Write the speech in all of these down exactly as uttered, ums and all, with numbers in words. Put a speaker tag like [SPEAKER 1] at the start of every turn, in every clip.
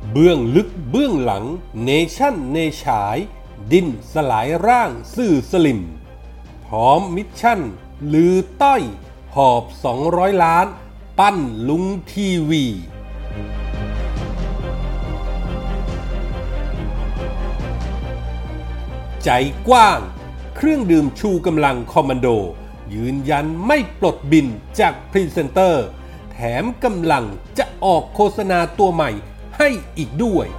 [SPEAKER 1] เบื้องลึกเบื้องหลังเนชั่นเนฉายดินสลายร่างสื่อสลิมพร้อมมิชชั่นลือต้อยหอบสองร้อยล้านปั้นลุงทีวีใจกว้างเครื่องดื่มชูกำลังคอมมานโดยืนยันไม่ปลดบินจากพรีเซนเตอร์แถมกำลังจะออกโฆษณาตัวใหม่ให้อีกด้วย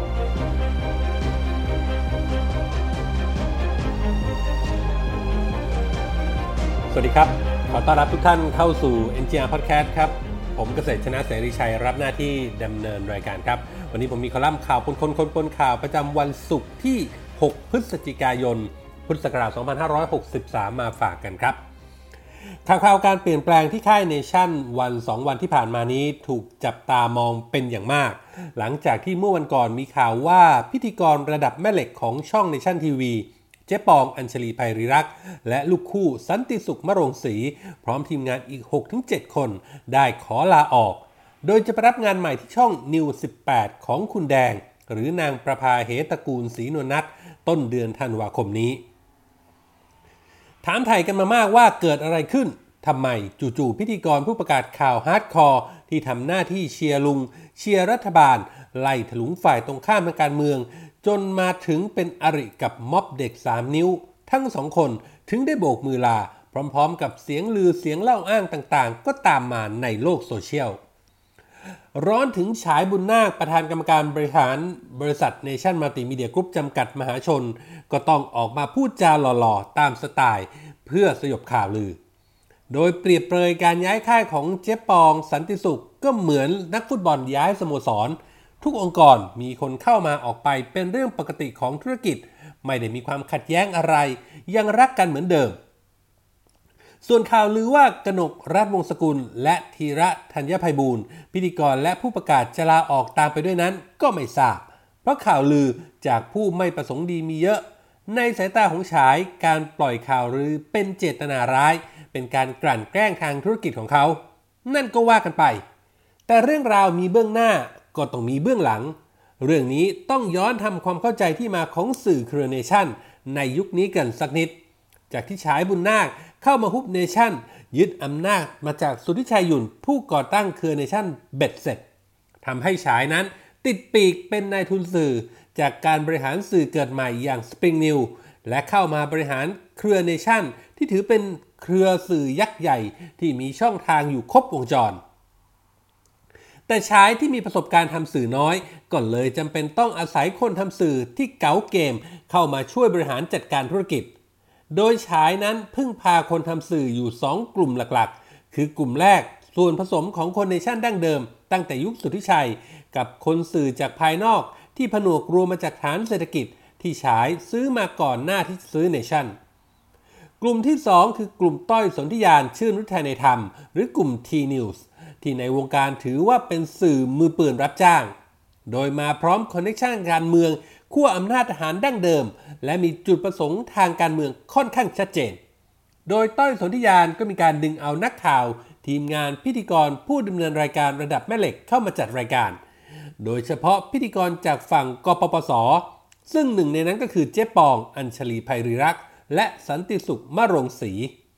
[SPEAKER 1] สวัสดีครับขอต้อนรับทุกท่านเข้าสู่ เอ็น จี อาร์ Podcast ครับผมเกษตรชนะเสรีชัยรับหน้าที่ดำเนินรายการครับวันนี้ผมมีคอลัมน์ข่าวปนคนคนปนข่าวประจำวันศุกร์ที่หกพฤศจิกายนพุทธศักราชสองพันห้าร้อยหกสิบสามมาฝากกันครับข่าวๆการเปลี่ยนแปลงที่ค่ายเนชั่นวันสองวันที่ผ่านมานี้ถูกจับตามองเป็นอย่างมากหลังจากที่เมื่อวันก่อนมีข่าวว่าพิธีกรระดับแม่เหล็กของช่องเนชั่นทีวีเจ๊ปองอัญชลีไพริรักษ์และลูกคู่สันติสุขมะโรงศรีพร้อมทีมงานอีก หกถึงเจ็ด คนได้ขอลาออกโดยจะไปรับงานใหม่ที่ช่อง นิวส์ สิบแปด ของคุณแดงหรือนางประภาเหตระกูลศรีนวลนัทต้นเดือนธันวาคมนี้ถามไถ่กันมามากว่าเกิดอะไรขึ้นทำไมจู่ๆพิธีกรผู้ประกาศข่าวฮาร์ดคอร์ที่ทำหน้าที่เชียร์ลุงเชียร์รัฐบาลไล่ถลุงฝ่ายตรงข้ามทางการเมืองจนมาถึงเป็นอริกับม็อบเด็กสามนิ้วทั้งสองคนถึงได้โบกมือลาพร้อมๆกับเสียงลือเสียงเล่าอ้างต่างๆก็ตามมาในโลกโซเชียลร้อนถึงฉายบุญนาคประธานกรรมการบริหารบริษัทเนชั่นมัลติมีเดียกรุ๊ปจำกัดมหาชนก็ต้องออกมาพูดจาหล่อๆตามสไตล์เพื่อสยบข่าวลือโดยเปรียบเปรยการย้ายค่ายของเจ๊ปองสันติสุขก็เหมือนนักฟุตบอลย้ายสโมสรทุกองค์กรมีคนเข้ามาออกไปเป็นเรื่องปกติของธุรกิจไม่ได้มีความขัดแย้งอะไรยังรักกันเหมือนเดิมส่วนข่าวลือว่ากนกรัฐวงศ์สกุลและธีระธัญไพบูลย์พิธีกรและผู้ประกาศจะลาออกตามไปด้วยนั้นก็ไม่ทราบเพราะข่าวลือจากผู้ไม่ประสงค์ดีมีเยอะในสายตาของฉายการปล่อยข่าวลือเป็นเจตนาร้ายเป็นการกลั่นแกล้งทางธุรกิจของเขานั่นก็ว่ากันไปแต่เรื่องราวมีเบื้องหน้าก็ต้องมีเบื้องหลังเรื่องนี้ต้องย้อนทำความเข้าใจที่มาของสื่อเครือเนชั่นในยุคนี้กันสักนิดจากที่ฉายบุญนาคเข้ามาฮุบเนชั่นยึดอำนาจมาจากสุทธิชัยหยุ่นผู้ก่อตั้งเครือเนชั่นเบ็ดเสร็จทำให้ฉายนั้นติดปีกเป็นนายทุนสื่อจากการบริหารสื่อเกิดใหม่อย่าง Spring News และเข้ามาบริหารเครือเนชั่นที่ถือเป็นเครือสื่อยักษ์ใหญ่ที่มีช่องทางอยู่ครบวงจรแต่ฉายที่มีประสบการณ์ทำสื่อน้อยก็เลยจำเป็นต้องอาศัยคนทำสื่อที่เก๋าเกมเข้ามาช่วยบริหารจัดการธุรกิจโดยฉายนั้นพึ่งพาคนทำสื่ออยู่สองกลุ่มหลักๆคือกลุ่มแรกส่วนผสมของคนเนชั่นดั้งเดิมตั้งแต่ยุคสุทธิชัยกับคนสื่อจากภายนอกที่ผนวกรวมมาจากฐานเศรษฐกิจที่ฉายซื้อมาก่อนหน้าที่ซื้อเนชั่นกลุ่มที่สองคือกลุ่มต้อยสนธิยานชื่นฤทัยในธรรมหรือกลุ่ม ที นิวส์ ที่ในวงการถือว่าเป็นสื่อมือปืนรับจ้างโดยมาพร้อมคอนเนคชั่นการเมืองขั้วอำนาจทหารดั้งเดิมและมีจุดประสงค์ทางการเมืองค่อนข้างชัดเจนโดยต้อยสนธิยานก็มีการดึงเอานักข่าวทีมงานพิธีกรผู้ดำเนินรายการระดับแม่เหล็กเข้ามาจัดรายการโดยเฉพาะพิธีกรจากฝั่งกปปส.ซึ่งหนึ่งในนั้นก็คือเจ๊ปองอัญชลีไพริรักษ์และสันติสุขมะโรงศรี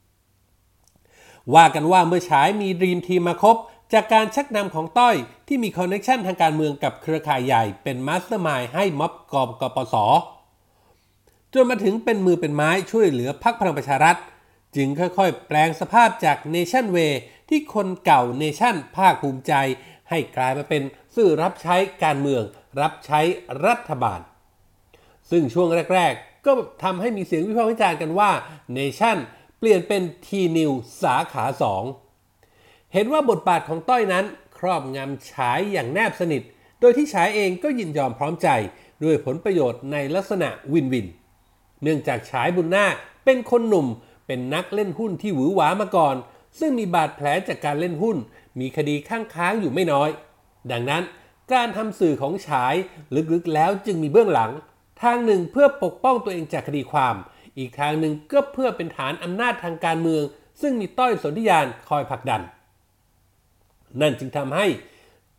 [SPEAKER 1] ว่ากันว่าเมื่อฉายมีดรีมทีมมาครบจากการชักนำของต้อยที่มีคอนเนคชั่นทางการเมืองกับเครือข่ายใหญ่เป็นมาสเตอร์มายด์ให้ม็อบกปปส.จนมาถึงเป็นมือเป็นไม้ช่วยเหลือพรรคพลังประชารัฐจึงค่อยๆแปลงสภาพจากเนชั่นเวย์ที่คนเก่าเนชั่นภาคภูมิใจให้กลายมาเป็นสื่อรับใช้การเมืองรับใช้รัฐบาลซึ่งช่วงแรกๆก็ทำให้มีเสียงวิพากษ์วิจารณ์กันว่าเนชั่นเปลี่ยนเป็น ที นิวส์ สาขาสองเห็นว่าบทบาทของต้อยนั้นครอบงำฉายอย่างแนบสนิทโดยที่ฉายเองก็ยินยอมพร้อมใจด้วยผลประโยชน์ในลักษณะวินวินเนื่องจากฉายบุญนาคเป็นคนหนุ่มเป็นนักเล่นหุ้นที่หวือหวามาก่อนซึ่งมีบาดแผลจากการเล่นหุ้นมีคดีข้างค้างอยู่ไม่น้อยดังนั้นการทำสื่อของฉายลึกๆแล้วจึงมีเบื้องหลังทางหนึ่งเพื่อปกป้องตัวเองจากคดีความอีกทางหนึ่งก็เพื่อเป็นฐานอำนาจทางการเมืองซึ่งมีต้อยสนธิยานคอยผลักดันนั่นจึงทำให้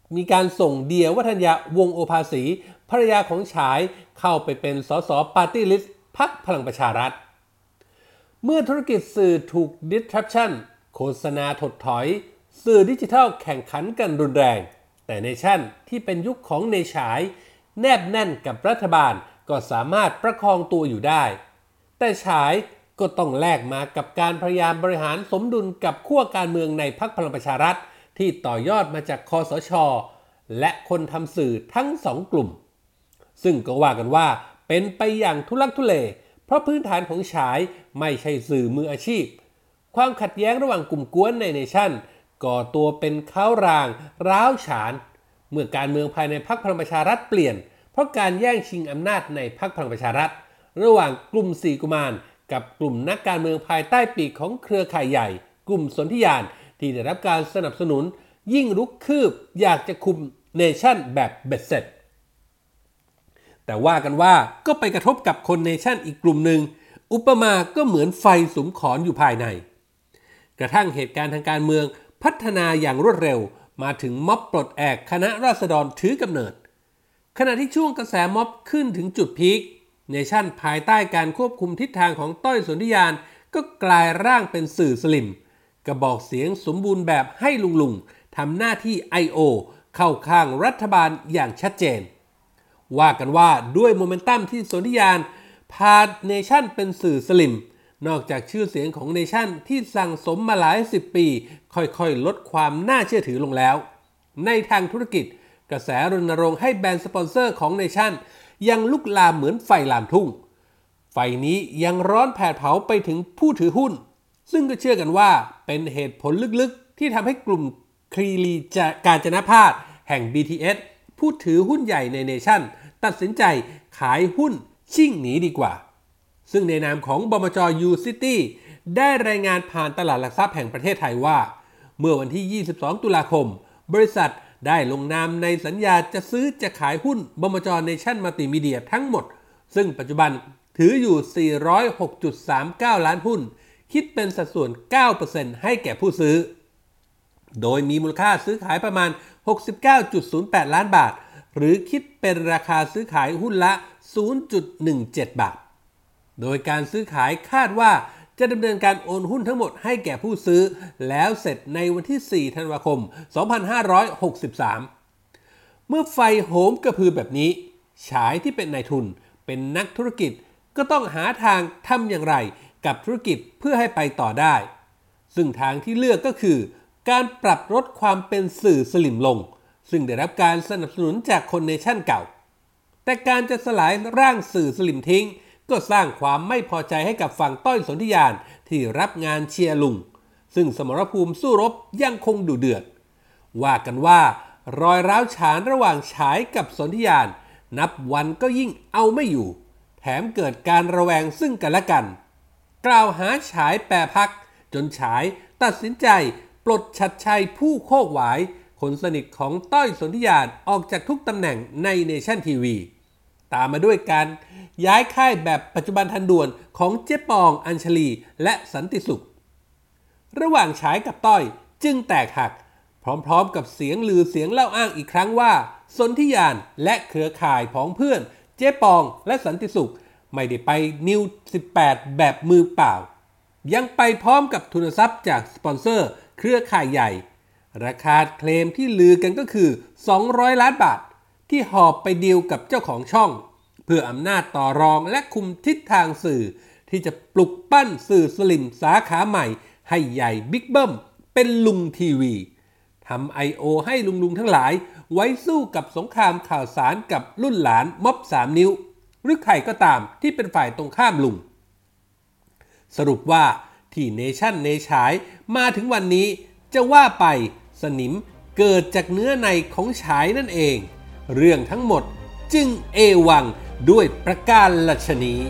[SPEAKER 1] มีการส่งเดียวัฒนยาวงศ์โอภาสีภรรยาของฉายเข้าไปเป็นสสปาร์ตี้ลิสต์พรรคพลังประชารัฐเมื่อธุรกิจสื่อถูก disruption โฆษณาถดถอยสื่อดิจิทัลแข่งขันกันรุนแรงแต่เนชั่นที่เป็นยุคของเนฉายแนบแน่นกับรัฐบาลก็สามารถประคองตัวอยู่ได้แต่ฉายก็ต้องแลกมากับการพยายามบริหารสมดุลกับขั้วการเมืองในพรรคพลังประชารัฐที่ต่อยอดมาจากคสช.และคนทำสื่อทั้งสองกลุ่มซึ่งก็ว่ากันว่าเป็นไปอย่างทุลักทุเลเพราะพื้นฐานของฉายไม่ใช่สื่อมืออาชีพความขัดแย้งระหว่างกลุ่มกวนในเนชั่นก่อตัวเป็นข้าวรางร้าวฉานเมื่อการเมืองภายในพรรคพลังประชารัฐเปลี่ยนเพราะการแย่งชิงอำนาจในพรรคพลังประชารัฐระหว่างกลุ่มสี่กุมารกับกลุ่มนักการเมืองภายใต้ปีกของเครือข่ายใหญ่กลุ่มสนธิญาณที่ได้รับการสนับสนุนยิ่งรุกคืบอยากจะคุมเนชั่นแบบเบ็ดเสร็จแต่ว่ากันว่าก็ไปกระทบกับคนเนชั่นอีกกลุ่มหนึ่งอุปมาก็เหมือนไฟสุมขอนอยู่ภายในกระทั่งเหตุการณ์ทางการเมืองพัฒนาอย่างรวดเร็วมาถึงม็อบปลดแอกคณะราษฎรถือกำเนิดขณะที่ช่วงกระแสม็อบขึ้นถึงจุดพีคเนชั่นภายใต้การควบคุมทิศทางของต้อยสนธิญาณก็กลายร่างเป็นสื่อสลิมกระบอกเสียงสมบูรณ์แบบให้ลุงลุงทำหน้าที่ ไอ โอ เข้าข้างรัฐบาลอย่างชัดเจนว่ากันว่าด้วยโมเมนตัมที่สนธิญาณพาเนชั่นเป็นสื่อสลิมนอกจากชื่อเสียงของเนชั่นที่สั่งสมมาหลายสิบปีค่อยๆลดความน่าเชื่อถือลงแล้วในทางธุรกิจกระแสรณรงค์ให้แบรนด์สปอนเซอร์ของเนชั่นยังลุกลามเหมือนไฟลามทุ่งไฟนี้ยังร้อนแผดเผาไปถึงผู้ถือหุ้นซึ่งก็เชื่อกันว่าเป็นเหตุผลลึกๆที่ทำให้กลุ่มคลีรีกาญจนพาสแห่ง บี ที เอส ผู้ถือหุ้นใหญ่ในเนชั่นตัดสินใจขายหุ้นชิ่งหนีดีกว่าซึ่งในนามของบมจ. U-City ได้รายงานผ่านตลาดหลักทรัพย์แห่งประเทศไทยว่าเมื่อวันที่ยี่สิบสองตุลาคมบริษัทได้ลงนามในสัญญาจะซื้อจะขายหุ้นบมจ. เนชั่นมัลติมีเดียทั้งหมดซึ่งปัจจุบันถืออยู่ สี่ร้อยหกจุดสามเก้า ล้านหุ้นคิดเป็นสัดส่วน เก้าเปอร์เซ็นต์ ให้แก่ผู้ซื้อโดยมีมูลค่าซื้อขายประมาณ หกสิบเก้าจุดศูนย์แปด ล้านบาทหรือคิดเป็นราคาซื้อขายหุ้นละ ศูนย์จุดหนึ่งเจ็ด บาทโดยการซื้อขายคาดว่าจะดำเนินการโอนหุ้นทั้งหมดให้แก่ผู้ซื้อแล้วเสร็จในวันที่ สี่ ธันวาคม สองพันห้าร้อยหกสิบสาม เมื่อไฟโหมกระพือแบบนี้ฉายที่เป็นนายทุนเป็นนักธุรกิจก็ต้องหาทางทำอย่างไรกับธุรกิจเพื่อให้ไปต่อได้ซึ่งทางที่เลือกก็คือการปรับลดความเป็นสื่อสลิมลงซึ่งได้รับการสนับสนุนจากคนเนชั่นเก่าแต่การจะสลายร่างสื่อสลิมทิ้งก็สร้างความไม่พอใจให้กับฝั่งต้อยสนธิญาณที่รับงานเชียร์ลุงซึ่งสมรภูมิสู้รบยังคงดุเดือดว่ากันว่ารอยร้าวฉานระหว่างฉายกับสนธิญาณนับวันก็ยิ่งเอาไม่อยู่แถมเกิดการระแวงซึ่งกันและกันกล่าวหาฉายแปรพักจนฉายตัดสินใจปลดชัดชัยผู้โคกหวายคนสนิทของต้อยสนธิญาณออกจากทุกตำแหน่งในเนชั่นทีวีตามมาด้วยการย้ายค่ายแบบปัจจุบันทันด่วนของเจ๊ปองอัญชลีและสันติสุขระหว่างฉายกับต้อยจึงแตกหักพร้อมๆกับเสียงลือเสียงเล่าอ้างอีกครั้งว่าสนธิญาณและเครือข่ายผองเพื่อนเจ๊ปองและสันติสุขไม่ได้ไปนิวสิบแปดแบบมือเปล่ายังไปพร้อมกับทุนทรัพย์จากสปอนเซอร์เครือข่ายใหญ่ราคาเคลมที่ลือกันก็คือสองร้อยล้านบาทที่หอบไปดีลกับเจ้าของช่องเพื่ออำนาจต่อรองและคุมทิศทางสื่อที่จะปลุกปั้นสื่อสลิมสาขาใหม่ให้ใหญ่บิ๊กเบิ้มเป็นลุงทีวีทำ ไอ โอ ให้ลุงๆทั้งหลายไว้สู้กับสงครามข่าวสารกับรุ่นหลานม็อบสามนิ้วหรือใครก็ตามที่เป็นฝ่ายตรงข้ามลุงสรุปว่าที่เนชั่นเนฉายมาถึงวันนี้จะว่าไปสนิมเกิดจากเนื้อในของฉายนั่นเองเรื่องทั้งหมดจึงเอวังด้วยประการฉะนี้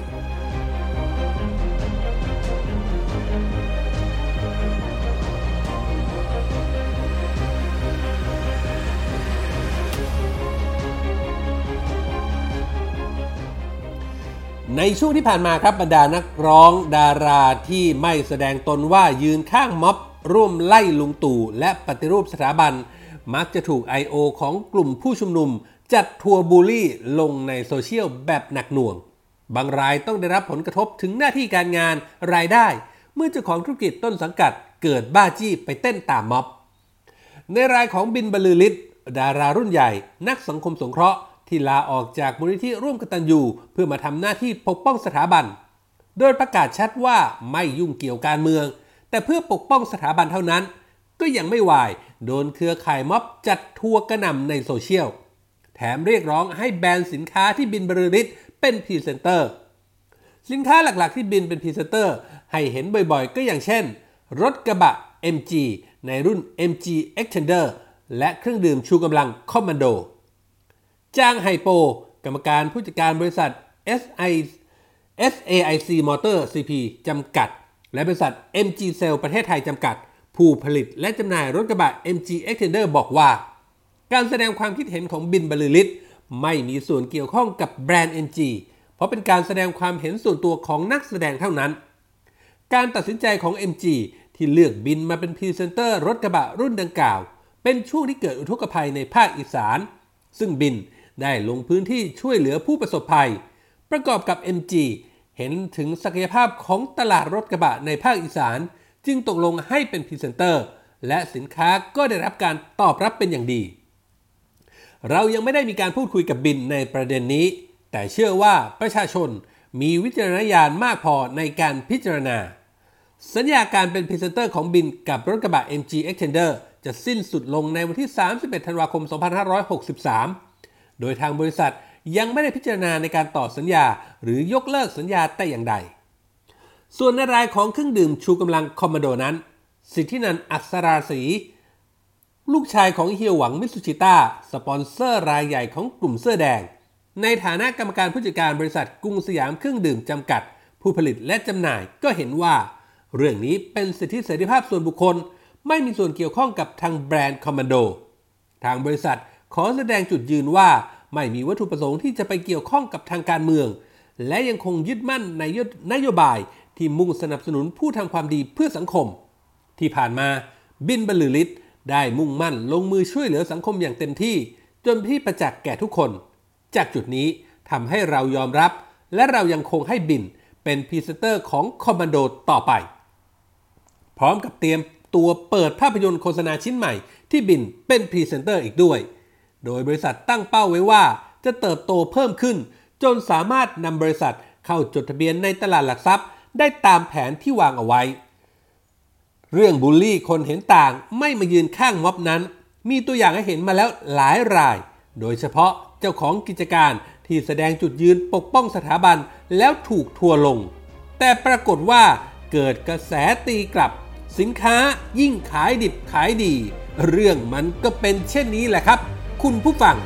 [SPEAKER 1] ในช่วงที่ผ่านมาครับบรรดานักร้องดาราที่ไม่แสดงตนว่ายืนข้างม็อบร่วมไล่ลุงตู่และปฏิรูปสถาบันมักจะถูก ไอ โอ ของกลุ่มผู้ชุมนุมจัดทัวร์บูลลี่ลงในโซเชียลแบบหนักหน่วงบางรายต้องได้รับผลกระทบถึงหน้าที่การงานรายได้เมื่อเจ้าของธุรกิจต้นสังกัดเกิดบ้าจี้ไปเต้นตามม็อบในรายของบินบรรลือฤทธิ์ดารารุ่นใหญ่นักสังคมสงเคราะห์ที่ลาออกจากมูลนิธิร่วมกตัญญูเพื่อมาทำหน้าที่ปกป้องสถาบันโดยประกาศชัดว่าไม่ยุ่งเกี่ยวการเมืองแต่เพื่อปกป้องสถาบันเท่านั้นก็ยังไม่วายโดนเครือข่ายม็อบจัดทัวร์กระหน่ำในโซเชียลแถมเรียกร้องให้แบนสินค้าที่บินบรรลือฤทธิ์เป็นพรีเซนเตอร์สินค้าหลักๆที่บินเป็นพรีเซนเตอร์ให้เห็นบ่อยๆก็อย่างเช่นรถกระบะ เอ็ม จี ในรุ่น เอ็ม จี Extender และเครื่องดื่มชูกำลังคอมมานโดจางไฮโปกรรมการผู้จัดการบริษัท เอส ไอ เอส เอ ไอ ซี Motor ซี พี จำกัดและบริษัท เอ็ม จี Cell ประเทศไทยจำกัดผู้ผลิตและจำหน่ายรถกระบะ เอ็ม จี Extender บอกว่าการแสดงความคิดเห็นของบินบรรลือฤทธิ์ไม่มีส่วนเกี่ยวข้องกับแบรนด์ เอ็น จี เพราะเป็นการแสดงความเห็นส่วนตัวของนักแสดงเท่านั้นการตัดสินใจของ เอ็ม จี ที่เลือกบินมาเป็นพรีเซนเตอร์รถกระบะรุ่นดังกล่าวเป็นช่วงที่เกิดอุทกภัยในภาคอีสานซึ่งบินได้ลงพื้นที่ช่วยเหลือผู้ประสบภัยประกอบกับ เอ็ม จี เห็นถึงศักยภาพของตลาดรถกระบะในภาคอีสานจึงตกลงให้เป็นพรีเซนเตอร์และสินค้าก็ได้รับการตอบรับเป็นอย่างดีเรายังไม่ได้มีการพูดคุยกับบินในประเด็นนี้แต่เชื่อว่าประชาชนมีวิจารณญาณมากพอในการพิจารณาสัญญาการเป็นพรีเซนเตอร์ของบินกับรถกระบะ เอ็ม จี Extender จะสิ้นสุดลงในวันที่สามสิบเอ็ดธันวาคมสองพันห้าร้อยหกสิบสามโดยทางบริษัทยังไม่ได้พิจารณาในการต่อสัญญาหรือยกเลิกสัญญาแต่อย่างใดส่วนในรายของเครื่องดื่มชูกำลังคอมมานโดนั้นสิทธินันท์ อักษราศรีลูกชายของเฮียหวังมิตซูชิต้าสปอนเซอร์รายใหญ่ของกลุ่มเสื้อแดงในฐานะกรรมการผู้จัดการบริษัทกรุงสยามเครื่องดื่มจำกัดผู้ผลิตและจำหน่ายก็เห็นว่าเรื่องนี้เป็นสิทธิเสรีภาพส่วนบุคคลไม่มีส่วนเกี่ยวข้องกับทางแบรนด์คอมมานโดทางบริษัทขอแสดงจุดยืนว่าไม่มีวัตถุประสงค์ที่จะไปเกี่ยวข้องกับทางการเมืองและยังคงยึดมั่นในนโยบายที่มุ่งสนับสนุนผู้ทำความดีเพื่อสังคมที่ผ่านมาบินบรรลือฤทธิ์ได้มุ่งมั่นลงมือช่วยเหลือสังคมอย่างเต็มที่จนที่ประจักษ์แก่ทุกคนจากจุดนี้ทำให้เรายอมรับและเรายังคงให้บินเป็นพรีเซนเตอร์ของคอมมานโดต่อไปพร้อมกับเตรียมตัวเปิดภาพยนตร์โฆษณาชิ้นใหม่ที่บินเป็นพรีเซนเตอร์อีกด้วยโดยบริษัทตั้งเป้าไว้ว่าจะเติบโตเพิ่มขึ้นจนสามารถนำบริษัทเข้าจดทะเบียนในตลาดหลักทรัพย์ได้ตามแผนที่วางเอาไว้เรื่องบูลลี่คนเห็นต่างไม่มายืนข้างม็อบนั้นมีตัวอย่างให้เห็นมาแล้วหลายรายโดยเฉพาะเจ้าของกิจการที่แสดงจุดยืนปกป้องสถาบันแล้วถูกทัวร์ลงแต่ปรากฏว่าเกิดกระแสตีกลับสินค้ายิ่งขายดิบขายดีเรื่องมันก็เป็นเช่นนี้แหละครับคุณผู้ฟัง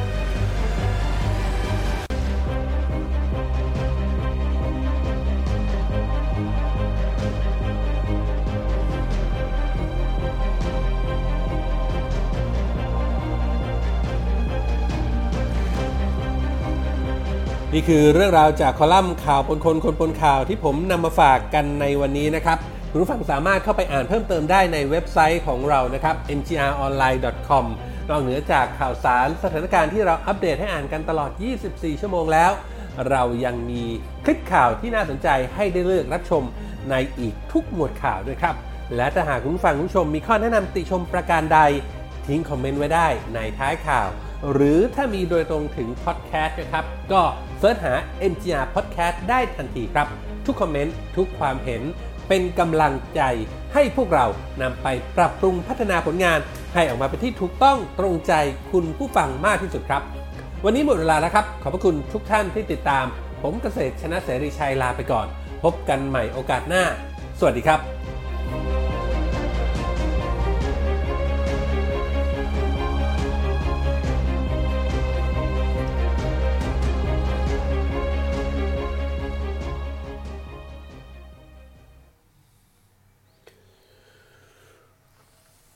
[SPEAKER 1] นี่คือเรื่องราวจากคอลัมน์ข่าวปนคนคนปนข่าวที่ผมนำมาฝากกันในวันนี้นะครับคุณผู้ฟังสามารถเข้าไปอ่านเพิ่มเติมได้ในเว็บไซต์ของเรานะครับ เอ็ม จี อาร์ ออนไลน์ ดอท คอม นอกเหนือจากข่าวสารสถานการณ์ที่เราอัปเดตให้อ่านกันตลอดยี่สิบสี่ชั่วโมงแล้วเรายังมีคลิปข่าวที่น่าสนใจให้ได้เลือกรับชมในอีกทุกหมวดข่าวด้วยครับและถ้าหากคุณผู้ฟังคุณผู้ชมมีข้อแนะนำติชมประการใดทิ้งคอมเมนต์ไว้ได้ในท้ายข่าวหรือถ้ามีโดยตรงถึงพอดแคสต์นะครับก็เสิร์ชหา เอ็ม จี อาร์ Podcast ได้ทันทีครับทุกคอมเมนต์ทุกความเห็นเป็นกำลังใจให้พวกเรานำไปปรับปรุงพัฒนาผลงานให้ออกมาเป็นที่ถูกต้องตรงใจคุณผู้ฟังมากที่สุดครับวันนี้หมดเวลาแล้วครับขอบพระคุณทุกท่านที่ติดตามผมเกษตรชนะเสรีชัยลาไปก่อนพบกันใหม่โอกาสหน้าสวัสดีครับ